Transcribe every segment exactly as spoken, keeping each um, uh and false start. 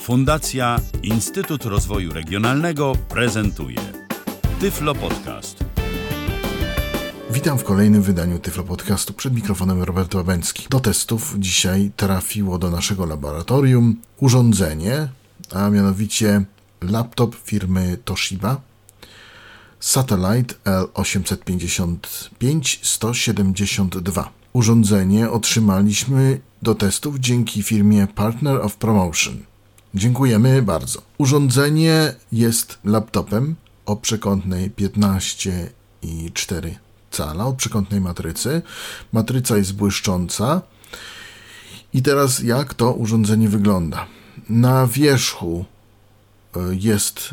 Fundacja Instytut Rozwoju Regionalnego prezentuje Tyflo Podcast. Witam w kolejnym wydaniu Tyflo Podcastu. Przed mikrofonem Robert Łabęcki. Do testów dzisiaj trafiło do naszego laboratorium urządzenie, a mianowicie laptop firmy Toshiba Satellite L osiemset pięćdziesiąt pięć sto siedemdziesiąt dwa. Urządzenie otrzymaliśmy do testów dzięki firmie Partner of Promotion. Dziękujemy bardzo. Urządzenie jest laptopem o przekątnej piętnaście i cztery cala, o przekątnej matrycy. Matryca jest błyszcząca. I teraz jak to urządzenie wygląda? Na wierzchu jest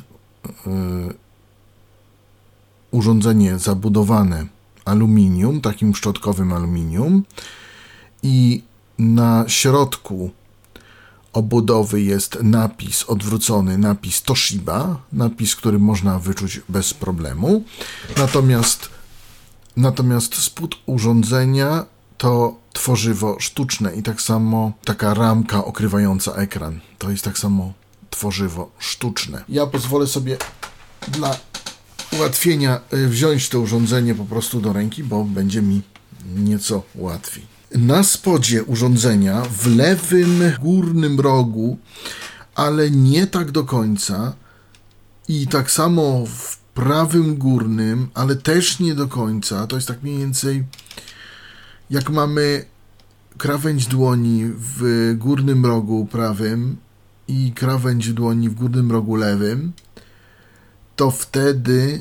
urządzenie zabudowane aluminium, takim szczotkowym aluminium, i na środku obudowy jest napis odwrócony, napis Toshiba, napis, który można wyczuć bez problemu. Natomiast, natomiast spód urządzenia to tworzywo sztuczne i tak samo taka ramka okrywająca ekran. To jest tak samo tworzywo sztuczne. Ja pozwolę sobie dla ułatwienia wziąć to urządzenie po prostu do ręki, bo będzie mi nieco łatwiej. Na spodzie urządzenia w lewym górnym rogu, ale nie tak do końca, i tak samo w prawym górnym, ale też nie do końca, to jest tak mniej więcej jak mamy krawędź dłoni w górnym rogu prawym i krawędź dłoni w górnym rogu lewym, to wtedy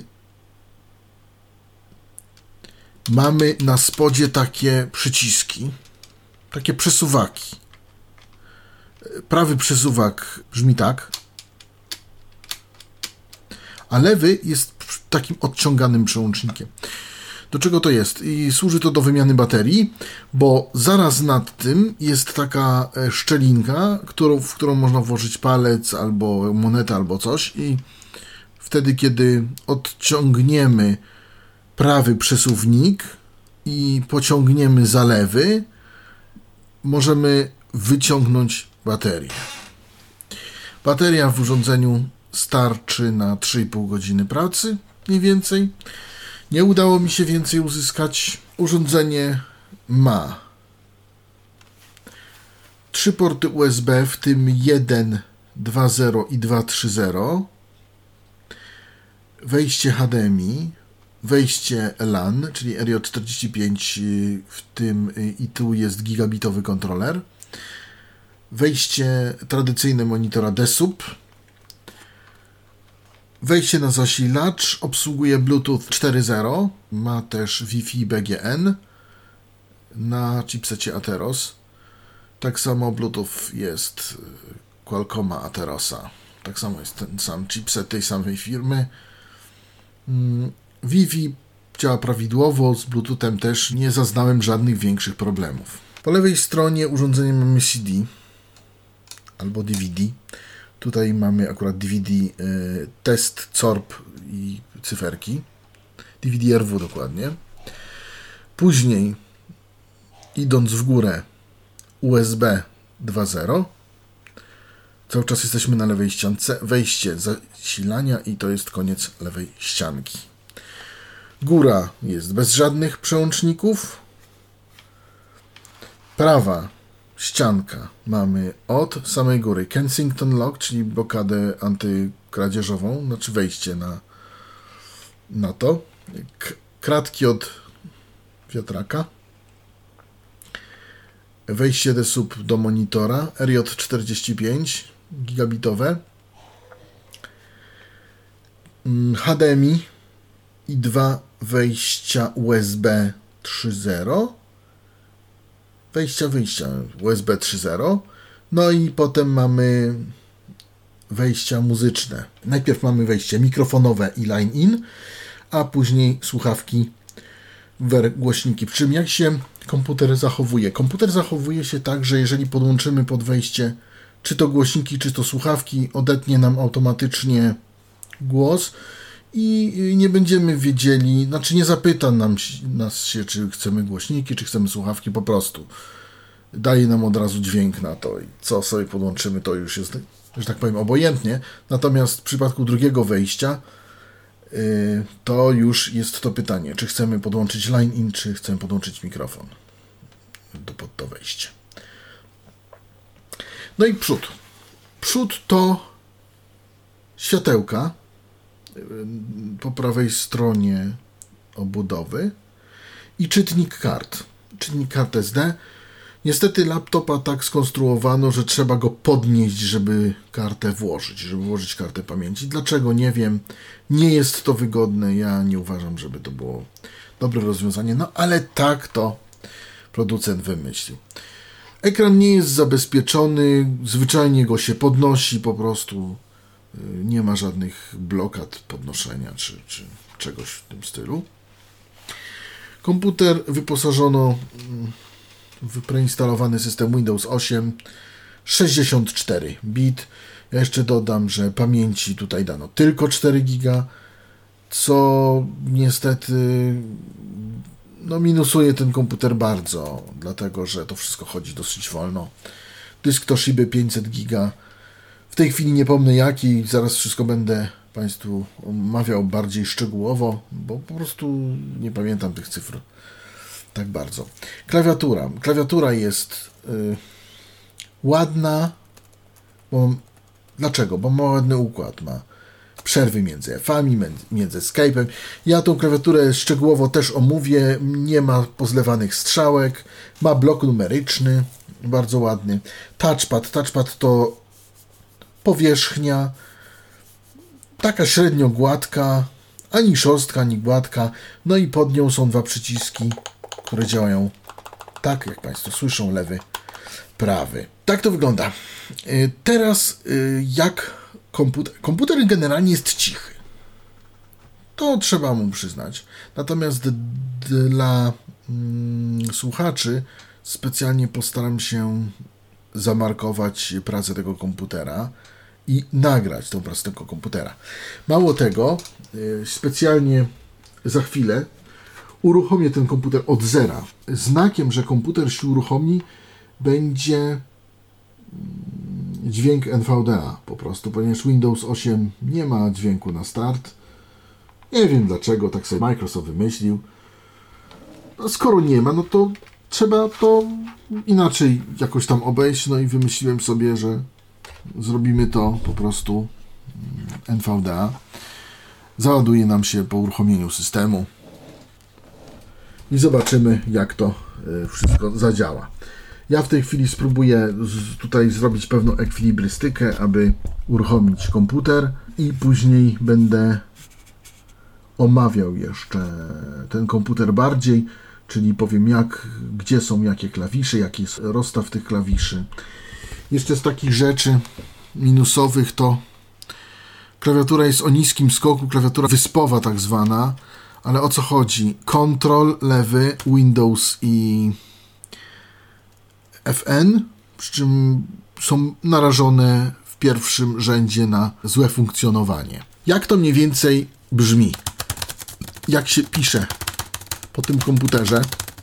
mamy na spodzie takie przyciski, takie przesuwaki. Prawy przesuwak brzmi tak, a lewy jest takim odciąganym przełącznikiem. Do czego to jest? I służy to do wymiany baterii, bo zaraz nad tym jest taka szczelinka, którą, w którą można włożyć palec albo monetę albo coś, i wtedy, kiedy odciągniemy prawy przesuwnik i pociągniemy za lewy, możemy wyciągnąć baterię. Bateria w urządzeniu starczy na trzy i pół godziny pracy, mniej więcej. Nie udało mi się więcej uzyskać. Urządzenie ma trzy porty U S B, w tym jeden, dwa zero i dwa trzy zero, wejście H D M I, wejście LAN, czyli R J czterdzieści pięć, w tym i tu jest gigabitowy kontroler, wejście tradycyjne monitora D S U P, wejście na zasilacz, obsługuje Bluetooth cztery zero, ma też Wi-Fi B G N na chipsecie Atheros. Tak samo Bluetooth jest Qualcomma Atherosa. Tak samo jest ten sam chipset tej samej firmy. Wi-Fi działa prawidłowo, z Bluetoothem też nie zaznałem żadnych większych problemów. Po lewej stronie urządzenia mamy C D albo D V D. Tutaj mamy akurat D V D y, test, C O R P i cyferki. D V D R W dokładnie. Później, idąc w górę, U S B dwa zero. Cały czas jesteśmy na lewej ściance. Wejście zasilania i to jest koniec lewej ścianki. Góra jest bez żadnych przełączników. Prawa ścianka mamy od samej góry Kensington Lock, czyli blokadę antykradzieżową, znaczy wejście na, na to. K- kratki od wiatraka. Wejście D S U P do monitora R J czterdzieści pięć gigabitowe. H D M I i dwa wejścia U S B trzy zero. Wejścia, wyjścia U S B trzy zero. No i potem mamy wejścia muzyczne. Najpierw mamy wejście mikrofonowe i line in, a później słuchawki, głośniki. Przy czym jak się komputer zachowuje? Komputer zachowuje się tak, że jeżeli podłączymy pod wejście czy to głośniki, czy to słuchawki, odetnie nam automatycznie głos i nie będziemy wiedzieli, znaczy nie zapyta nam, nas się, czy chcemy głośniki, czy chcemy słuchawki, po prostu daje nam od razu dźwięk na to i co sobie podłączymy, to już jest że tak powiem, obojętnie. Natomiast w przypadku drugiego wejścia yy, to już jest to pytanie, czy chcemy podłączyć line-in, czy chcemy podłączyć mikrofon do, pod to wejście. No i przód. Przód to światełka po prawej stronie obudowy i czytnik kart. Czytnik kart S D. Niestety laptopa tak skonstruowano, że trzeba go podnieść, żeby kartę włożyć, żeby włożyć kartę pamięci. Dlaczego? Nie wiem. Nie jest to wygodne. Ja nie uważam, żeby to było dobre rozwiązanie. No ale tak to producent wymyślił. Ekran nie jest zabezpieczony. Zwyczajnie go się podnosi po prostu. Nie ma żadnych blokad podnoszenia czy, czy czegoś w tym stylu. Komputer wyposażono w preinstalowany system Windows osiem, sześćdziesiąt cztery bit. Ja jeszcze dodam, że pamięci tutaj dano tylko cztery giga, co niestety no, minusuje ten komputer bardzo, dlatego że to wszystko chodzi dosyć wolno. Dysk Toshiba pięćset giga. W tej chwili nie pomnę jaki, zaraz wszystko będę Państwu omawiał bardziej szczegółowo, bo po prostu nie pamiętam tych cyfr tak bardzo. Klawiatura. Klawiatura jest yy, ładna. Bo, dlaczego? Bo ma ładny układ. Ma przerwy między F-ami, między Escape'em. Ja tą klawiaturę szczegółowo też omówię. Nie ma pozlewanych strzałek. Ma blok numeryczny. Bardzo ładny. Touchpad. Touchpad to powierzchnia taka średnio gładka, ani szorstka, ani gładka. No i pod nią są dwa przyciski, które działają tak, jak Państwo słyszą, lewy, prawy. Tak to wygląda. Teraz jak komputer... Komputer generalnie jest cichy. To trzeba mu przyznać. Natomiast dla mm, słuchaczy specjalnie postaram się zamarkować pracę tego komputera i nagrać tą pracę tego komputera. Mało tego, specjalnie za chwilę uruchomię ten komputer od zera. Znakiem, że komputer się uruchomi, będzie dźwięk N V D A po prostu, ponieważ Windows osiem nie ma dźwięku na start. Nie wiem dlaczego, tak sobie Microsoft wymyślił. No, skoro nie ma, no to trzeba to inaczej jakoś tam obejść, no i wymyśliłem sobie, że zrobimy to po prostu N V D A. Załaduje nam się po uruchomieniu systemu i zobaczymy, jak to wszystko zadziała. Ja w tej chwili spróbuję tutaj zrobić pewną ekwilibrystykę, aby uruchomić komputer i później będę omawiał jeszcze ten komputer bardziej, czyli powiem jak, gdzie są jakie klawisze, jaki jest rozstaw tych klawiszy. Jeszcze z takich rzeczy minusowych to klawiatura jest o niskim skoku, klawiatura wyspowa tak zwana, ale o co chodzi? Control lewy, Windows i F N, przy czym są narażone w pierwszym rzędzie na złe funkcjonowanie. Jak to mniej więcej brzmi? Jak się pisze po tym komputerze?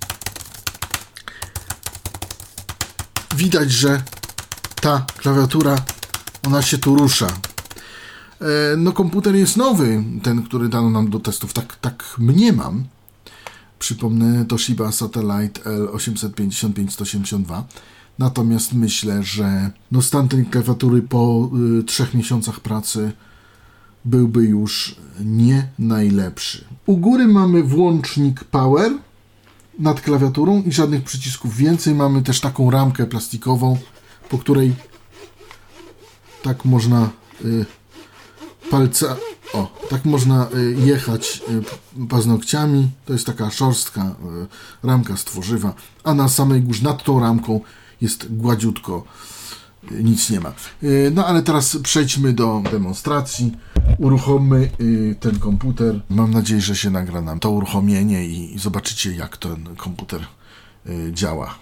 Widać, że ta klawiatura, ona się tu rusza. No komputer jest nowy, ten, który dano nam do testów, tak, tak mniemam. Przypomnę, Toshiba Satellite L osiemset pięćdziesiąt pięć sto osiemdziesiąt dwa. Natomiast myślę, że no stan tej klawiatury po y, trzech miesiącach pracy byłby już nie najlepszy. U góry mamy włącznik Power nad klawiaturą i żadnych przycisków więcej. Mamy też taką ramkę plastikową, po której tak można y, palca, o, tak można y, jechać y, paznokciami. To jest taka szorstka y, ramka z tworzywa, a na samej górze nad tą ramką jest gładziutko, y, nic nie ma. Y, no ale teraz przejdźmy do demonstracji. Uruchommy y, ten komputer. Mam nadzieję, że się nagra nam to uruchomienie i, i zobaczycie, jak ten komputer y, działa.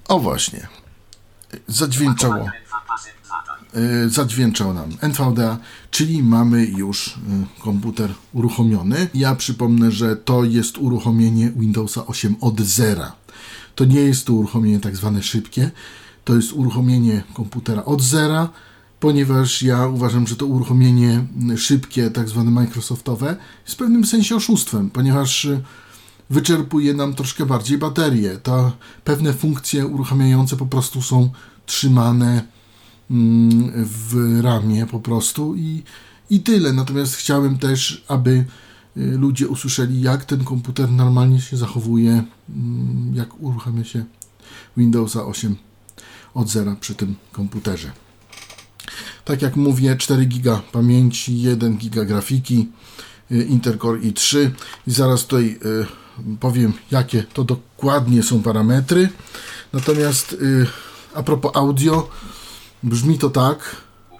O właśnie. Zadźwięczało. Yy, zadźwięczał nam N V D A, czyli mamy już yy, komputer uruchomiony. Ja przypomnę, że to jest uruchomienie Windowsa osiem od zera. To nie jest to uruchomienie tak zwane szybkie, to jest uruchomienie komputera od zera, ponieważ ja uważam, że to uruchomienie szybkie, tak zwane Microsoftowe, jest w pewnym sensie oszustwem, ponieważ wyczerpuje nam troszkę bardziej baterię. To pewne funkcje uruchamiające po prostu są trzymane w ramie po prostu i, i tyle. Natomiast chciałem też, aby ludzie usłyszeli, jak ten komputer normalnie się zachowuje, jak uruchamia się Windowsa osiem od zera przy tym komputerze. Tak jak mówię, cztery giga pamięci, jeden giga grafiki, Intel Core i trzy i zaraz tutaj powiem, jakie to dokładnie są parametry. Natomiast a propos audio, brzmi to tak.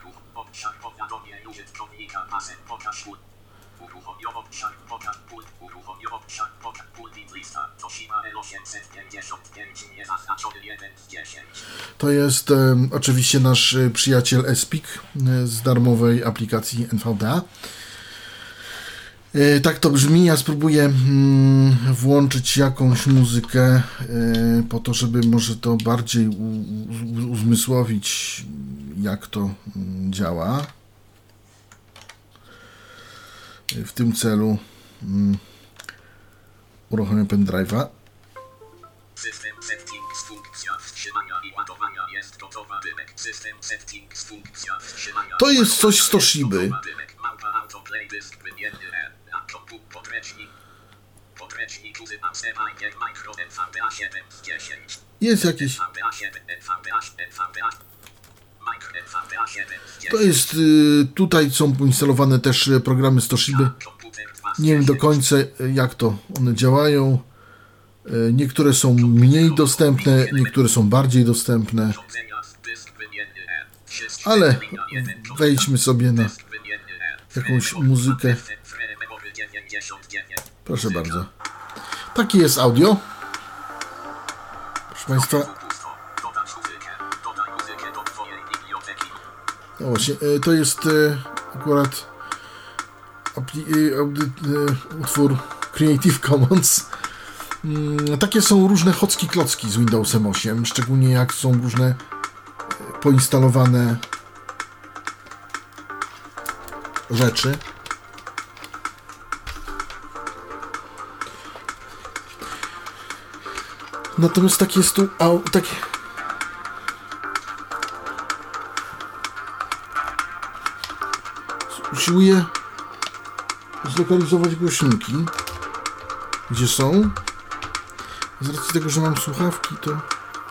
To jest e, oczywiście nasz przyjaciel Espik e, z darmowej aplikacji N V D A. E, tak to brzmi. Ja spróbuję mm, włączyć jakąś muzykę e, po to, żeby może to bardziej u, u, uzmysłowić, jak to mm, działa. E, w tym celu mm, uruchomię pendrive'a. System settings, funkcja wstrzymania i ładowania jest gotowa. Dymek. System settings, funkcja wstrzymania. To jest coś z Toshiby. Małpa auto playlist wymienny R. Podręcznik. Podręcznik używam Sepajger Micro N V D A siedem z dziesięć. Jest jakiś. N V D A siedem, N V D A, N V D A. Micro N V D A siedem z dziesięć. To jest, y, tutaj są poinstalowane też programy z Toshiby. Nie wiem do końca, jak to one działają. Niektóre są mniej dostępne, niektóre są bardziej dostępne. Ale wejdźmy sobie na jakąś muzykę. Proszę bardzo. Takie jest audio. Proszę Państwa. No właśnie, to jest akurat utwór Creative Commons. Takie są różne chocki klocki z Windowsem osiem, szczególnie jak są różne poinstalowane rzeczy. Natomiast tak jest tu au, takie usiłuję zlokalizować głośniki, gdzie są. Z racji tego, że mam słuchawki, to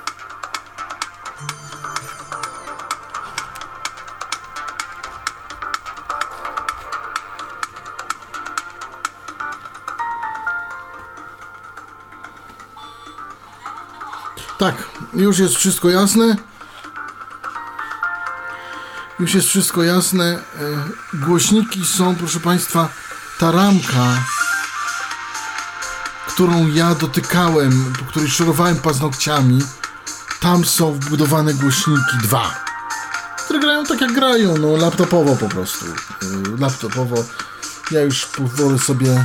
tak, już jest wszystko jasne. Już jest wszystko jasne. Głośniki są, proszę Państwa, ta ramka, którą ja dotykałem, po której szorowałem paznokciami, tam są wbudowane głośniki dwa, które grają tak jak grają, no laptopowo po prostu. Yy, laptopowo. Ja już pozwolę sobie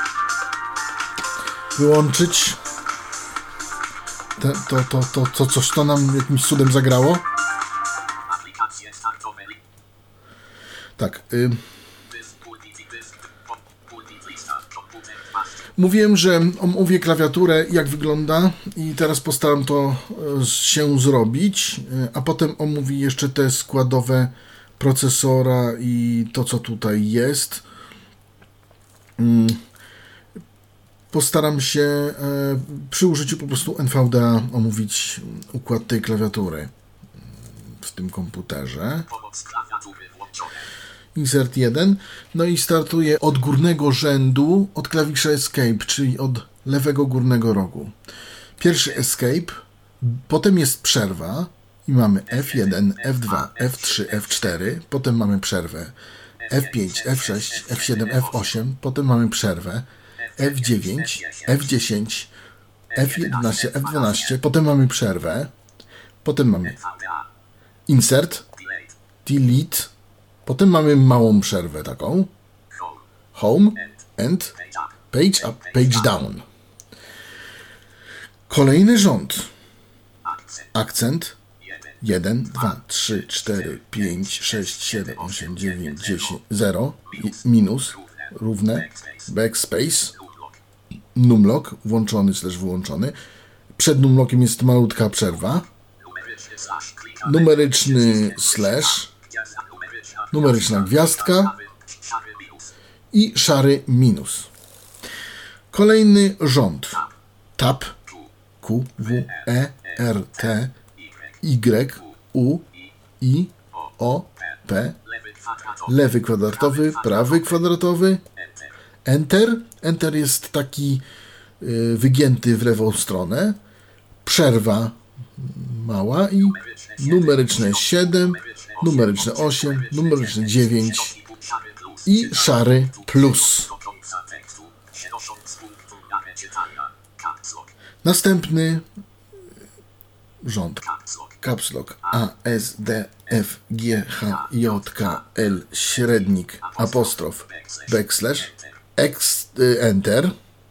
wyłączyć Te, to, to, to, to coś to nam jakimś cudem zagrało. Tak. Yy. Mówiłem, że omówię klawiaturę, jak wygląda i teraz postaram to się zrobić, a potem omówię jeszcze te składowe procesora i to, co tutaj jest. Postaram się przy użyciu po prostu N V D A omówić układ tej klawiatury w tym komputerze. Insert jeden. No i startuję od górnego rzędu, od klawisza Escape, czyli od lewego górnego rogu. Pierwszy Escape, potem jest przerwa i mamy F jeden, F dwa, F trzy, F cztery, potem mamy przerwę, F pięć, F sześć, F siedem, F osiem, potem mamy przerwę, F dziewięć, F dziesięć, F jedenaście, F dwanaście, potem mamy przerwę, Potem mamy V D A. insert, Delete. delete, potem mamy małą przerwę taką, Home. home, end, Page up. page up, page down. Kolejny rząd, Akcent. akcent, jeden. jeden, dwa, trzy, cztery, pięć, sześć, siedem, osiem, dziewięć, dziesięć, zero, i minus, równe, backspace, Numlock. numlock, włączony slash wyłączony. Przed numlockiem jest malutka przerwa, Numeryczny slash. Klika. numeryczny slash, Gwiazda numeryczna. numeryczna gwiazdka Szary minus. i szary minus. Kolejny rząd, tab, Q, W, E, R, T, Y, U, I, O, P, Lewy kwadratowy. lewy kwadratowy, prawy kwadratowy, Enter. Enter. Enter jest taki y, wygięty w lewą stronę, przerwa mała i numeryczne siedem, numeryczne osiem, numeryczne dziewięć Szary plus. i szary plus. Dotycząca tekstu. siedemdziesiąt z punktu dane czytania. Caps lock. Następny rząd. Caps lock. Caps Lock A, S, D, F, G, H, J, K, L, średnik, apostrof, backslash, X, y, enter,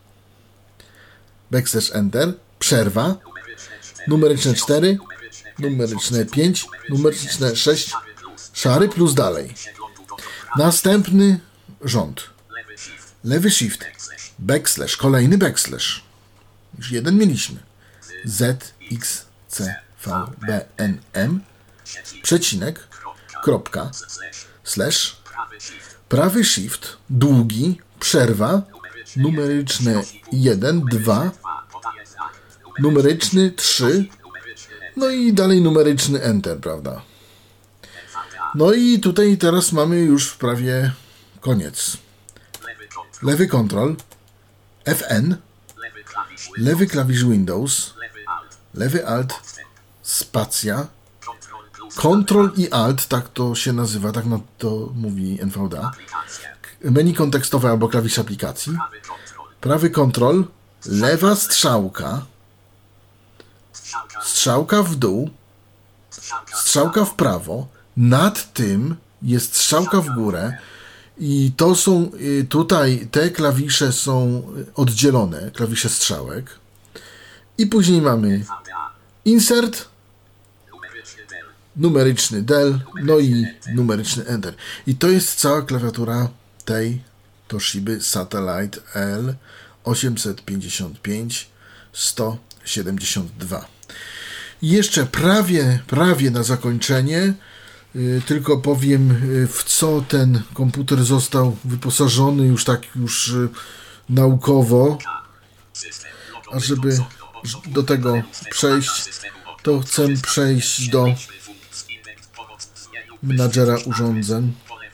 backslash enter, przerwa, numeryczne cztery, numeryczne pięć, numeryczne sześć, szary plus dalej. Następny rząd. Lewy shift. Lewy shift, backslash, kolejny backslash. Już jeden mieliśmy. Z, X, C, V, B, N, M, przecinek, kropka, Slash. slash, Prawy shift. prawy shift, długi, przerwa, numeryczne jeden, dwa, dwa. Podaje znak. numeryczny trzy, Numeryczny N. no i dalej numeryczny enter, prawda? V D A. No i tutaj teraz mamy już prawie koniec. Lewy kontrol. Lewy kontrol, F N, Lewy klawisz. lewy klawisz Windows, Lewy alt. lewy alt, Wstęp. spacja, Kontrol plus. Ctrl i Alt, tak to się nazywa, tak na to mówi N V D A. Aplikacja. Menu kontekstowe albo klawisz aplikacji. Prawy kontrol. Prawy kontrol, lewa strzałka, Strzałka. strzałka w dół, Strzałka. strzałka w prawo, nad tym jest strzałka w górę i to są, y, tutaj te klawisze są oddzielone, klawisze strzałek. I później mamy V D A. insert, Numeryczny del. numeryczny del, no i numeryczny enter. I to jest cała klawiatura tej Toshiby Satellite L osiemset pięćdziesiąt pięć sto siedemdziesiąt dwa. I jeszcze prawie, prawie na zakończenie, y, tylko powiem, y, w co ten komputer został wyposażony już tak już y, naukowo. System. Logo. A żeby do tego przejść, to chcę przejść do menadżera urządzeń.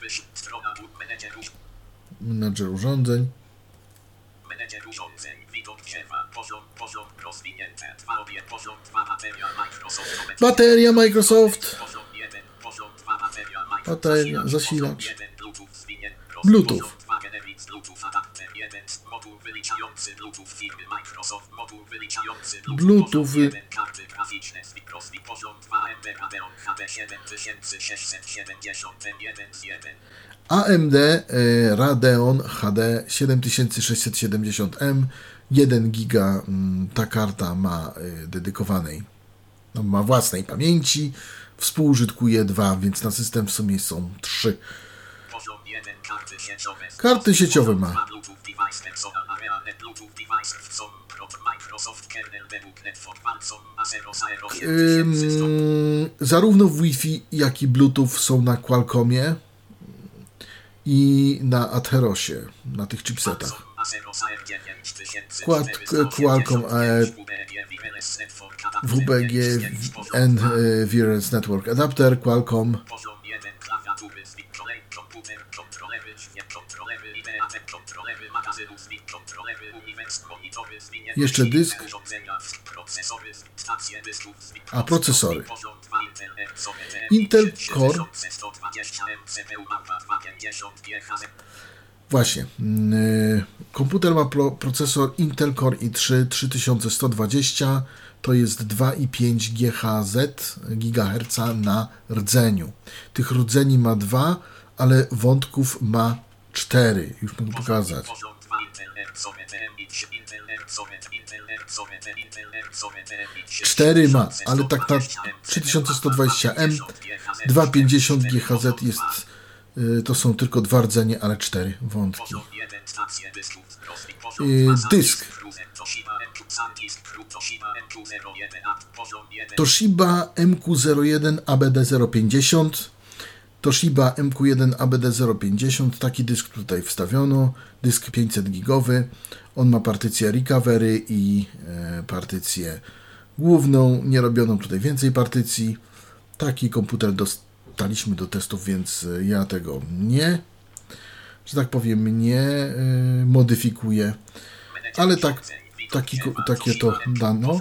Menadżer urządzeń. Menedżer urządzeń. Widok drzewa. Poziom, poziom rozwinięte. Dwa obie, poziom dwa bateria Microsoft. Bateria Microsoft. Poziom jeden, poziom dwa bateria Microsoft. Bateria, zasilacz. jeden, Bluetooth zwinięty. Bluetooth. Poziom dwa Generic Bluetooth adapter jeden. Moduł wyliczający Bluetooth firmy Microsoft. Moduł wyliczający Bluetooth. Bluetooth. Poziom jeden, karty graficzne z Microsoft. Poziom dwa M D Radeon H D siedem tysięcy sześćset siedemdziesiąt jeden z jeden. A M D y, Radeon H D siedem tysięcy sześćset siedemdziesiąt M, jeden giga. mm, Ta karta ma y, dedykowanej, no, ma własnej pamięci, współużytkuje dwa, więc na system w sumie są trzy. Poziom jeden, karty sieciowe. Karty sieciowe ma. dwa Bluetooth device personal area net Bluetooth device są prot Microsoft kernel debug network są Azero Zero Ym, zarówno w Wi-Fi, jak i Bluetooth są na Qualcommie i na Atherosie, na tych chipsetach. Quad, Qualcomm e, W B G and e, Wireless Network Adapter, Qualcomm. Jeszcze dysk. A procesory. Intel Core. Właśnie. Komputer ma pro, procesor Intel Core i trzy trzy tysiące sto dwadzieścia, to jest dwa i pięć gigaherca na rdzeniu. Tych rdzeni ma dwa, ale wątków ma cztery. Już mogę pokazać. cztery ma, ale tak na trzy tysiące sto dwadzieścia M, dwa pięćdziesiąt gigaherca jest, to są tylko dwa rdzenie, ale cztery wątki. Dysk. Toshiba M Q zero jeden A B D zero pięćdziesiąt. Toshiba M Q jeden A B D zero pięćdziesiąt. Taki dysk tutaj wstawiono. Dysk pięćset gigowy. On ma partycję recovery i e, partycję główną. Nie robiono tutaj więcej partycji. Taki komputer dostaliśmy do testów, więc ja tego nie, że tak powiem, nie e, modyfikuję. Ale tak, taki, takie to dano.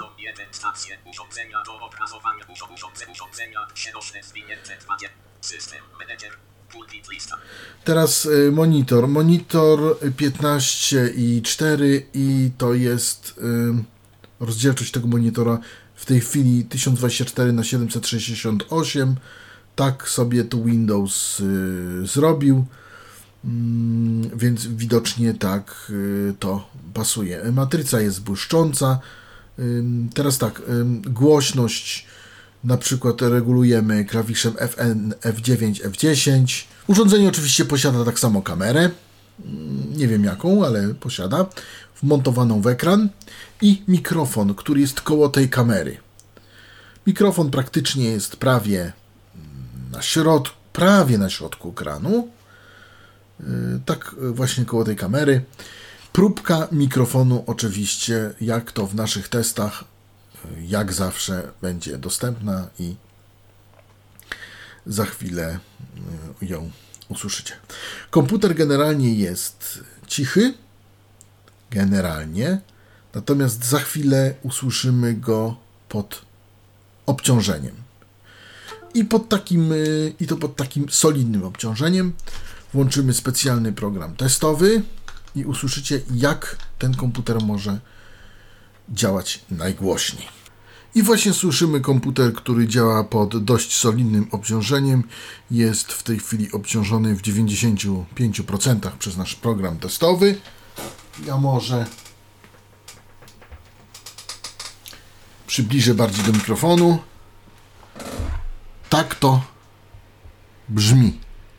Teraz monitor. Monitor piętnaście i cztery i to jest y, rozdzielczość tego monitora w tej chwili tysiąc dwadzieścia cztery na siedemset sześćdziesiąt osiem. Tak sobie to Windows y, zrobił. Więc widocznie tak y, to pasuje. Matryca jest błyszcząca. Y, teraz tak, y, głośność na przykład regulujemy klawiszem F N, F dziewięć, F dziesięć. Urządzenie oczywiście posiada tak samo kamerę. Y, nie wiem jaką, ale posiada. Wmontowaną w ekran. I mikrofon, który jest koło tej kamery. Mikrofon praktycznie jest prawie na środku, prawie na środku ekranu. Tak właśnie koło tej kamery. Próbka mikrofonu oczywiście, jak to w naszych testach, jak zawsze będzie dostępna i za chwilę ją usłyszycie. Komputer generalnie jest cichy, generalnie, natomiast za chwilę usłyszymy go pod obciążeniem. I pod takim, i to pod takim solidnym obciążeniem. Włączymy specjalny program testowy i usłyszycie, jak ten komputer może działać najgłośniej. I właśnie słyszymy komputer, który działa pod dość solidnym obciążeniem. Jest w tej chwili obciążony w dziewięćdziesiąt pięć procent przez nasz program testowy. Ja może przybliżę bardziej do mikrofonu. Tak to brzmi.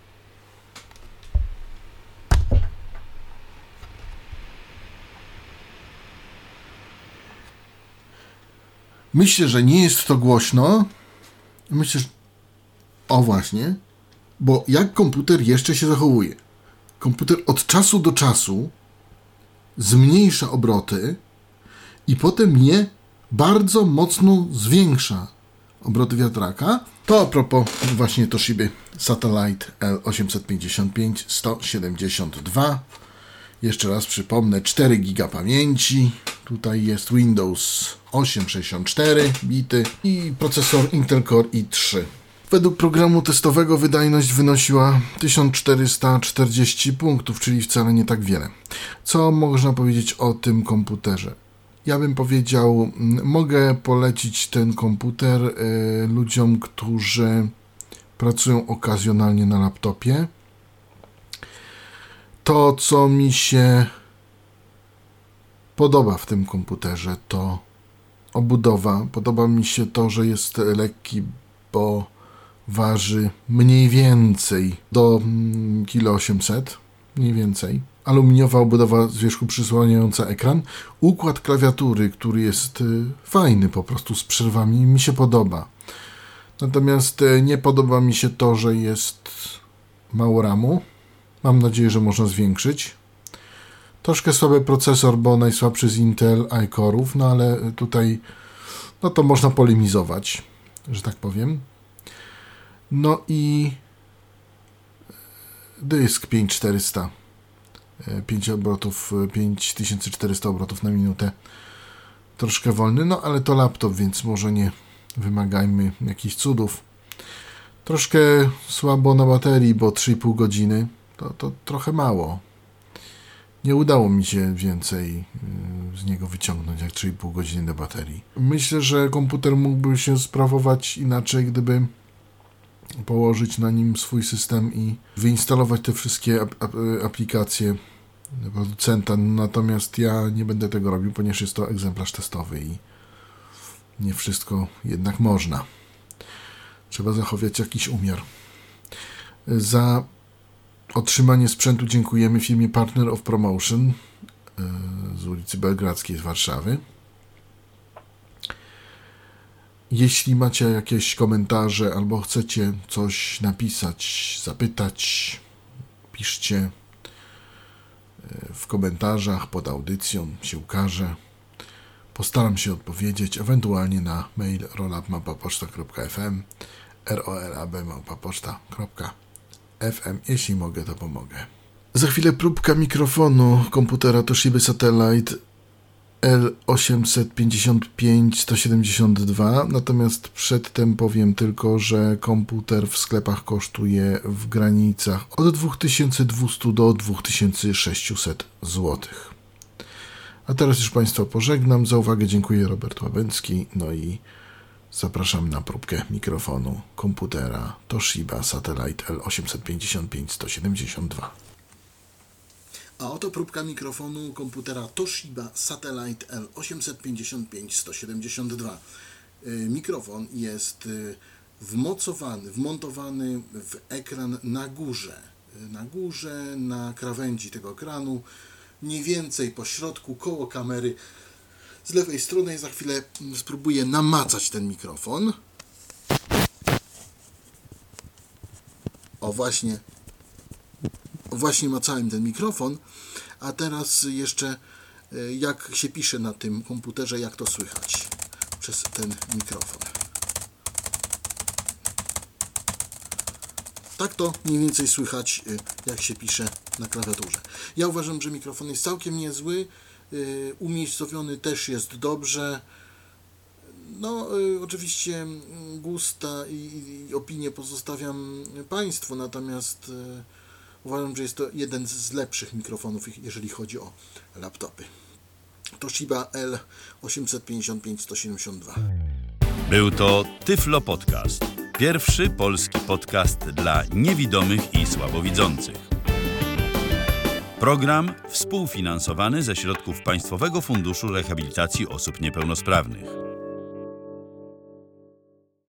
Myślę, że nie jest to głośno. Myślę, że... O właśnie. Bo jak komputer jeszcze się zachowuje? Komputer od czasu do czasu zmniejsza obroty i potem je bardzo mocno zwiększa obroty wiatraka. To a propos właśnie Toshiby Satellite L osiemset pięćdziesiąt pięć sto siedemdziesiąt dwa. Jeszcze raz przypomnę, cztery giga pamięci. Tutaj jest Windows osiem sześćdziesiąt cztery bity i procesor Intel Core i trzy. Według programu testowego wydajność wynosiła tysiąc czterysta czterdzieści punktów, czyli wcale nie tak wiele. Co można powiedzieć o tym komputerze? Ja bym powiedział, mogę polecić ten komputer y, ludziom, którzy pracują okazjonalnie na laptopie. To, co mi się podoba w tym komputerze, to obudowa. Podoba mi się to, że jest lekki, bo waży mniej więcej do kilo osiemset, mniej więcej. Aluminiowa obudowa z wierzchu przysłaniająca ekran. Układ klawiatury, który jest fajny po prostu z przerwami, mi się podoba. Natomiast nie podoba mi się to, że jest mało ramu. Mam nadzieję, że można zwiększyć. Troszkę słaby procesor, bo najsłabszy z Intel iCore'ów, no ale tutaj no to można polemizować, że tak powiem. No i dysk pięć tysięcy czterysta. pięć obrotów, pięć tysięcy czterysta obrotów na minutę. Troszkę wolny, no ale to laptop, więc może nie wymagajmy jakichś cudów. Troszkę słabo na baterii, bo trzy i pół godziny to, to trochę mało. Nie udało mi się więcej z niego wyciągnąć jak trzy i pół godziny do baterii. Myślę, że komputer mógłby się sprawować inaczej, gdyby położyć na nim swój system i wyinstalować te wszystkie ap- ap- aplikacje producenta. Natomiast ja nie będę tego robił, ponieważ jest to egzemplarz testowy i nie wszystko jednak można. Trzeba zachować jakiś umiar. Za otrzymanie sprzętu dziękujemy firmie Partner of Promotion z ulicy Belgradzkiej z Warszawy. Jeśli macie jakieś komentarze albo chcecie coś napisać, zapytać, piszcie w komentarzach pod audycją, się ukaże. Postaram się odpowiedzieć, ewentualnie na mail rolab małpa poczta kropka f m, rolab małpa poczta kropka f m. Jeśli mogę, to pomogę. Za chwilę próbka mikrofonu komputera Toshiba Satellite L osiemset pięćdziesiąt pięć sto siedemdziesiąt dwa, natomiast przedtem powiem tylko, że komputer w sklepach kosztuje w granicach od dwa tysiące dwieście do dwa tysiące sześćset złotych. A teraz już Państwa pożegnam. Za uwagę dziękuję, Robert Łabęcki. No i zapraszam na próbkę mikrofonu komputera Toshiba Satellite L osiemset pięćdziesiąt pięć sto siedemdziesiąt dwa. A oto próbka mikrofonu komputera Toshiba Satellite L osiemset pięćdziesiąt pięć sto siedemdziesiąt dwa. Mikrofon jest wmocowany, wmontowany w ekran na górze. Na górze, na krawędzi tego ekranu, mniej więcej po środku, koło kamery. Z lewej strony za chwilę spróbuję namacać ten mikrofon. O właśnie, właśnie macałem ten mikrofon, a teraz jeszcze jak się pisze na tym komputerze, jak to słychać przez ten mikrofon. Tak to mniej więcej słychać, jak się pisze na klawiaturze. Ja uważam, że mikrofon jest całkiem niezły, umiejscowiony też jest dobrze. No, oczywiście gusta i, i opinie pozostawiam Państwu, natomiast uważam, że jest to jeden z lepszych mikrofonów, jeżeli chodzi o laptopy. Toshiba L osiemset pięćdziesiąt pięć sto siedemdziesiąt dwa. Był to Tyflo Podcast. Pierwszy polski podcast dla niewidomych i słabowidzących. Program współfinansowany ze środków Państwowego Funduszu Rehabilitacji Osób Niepełnosprawnych.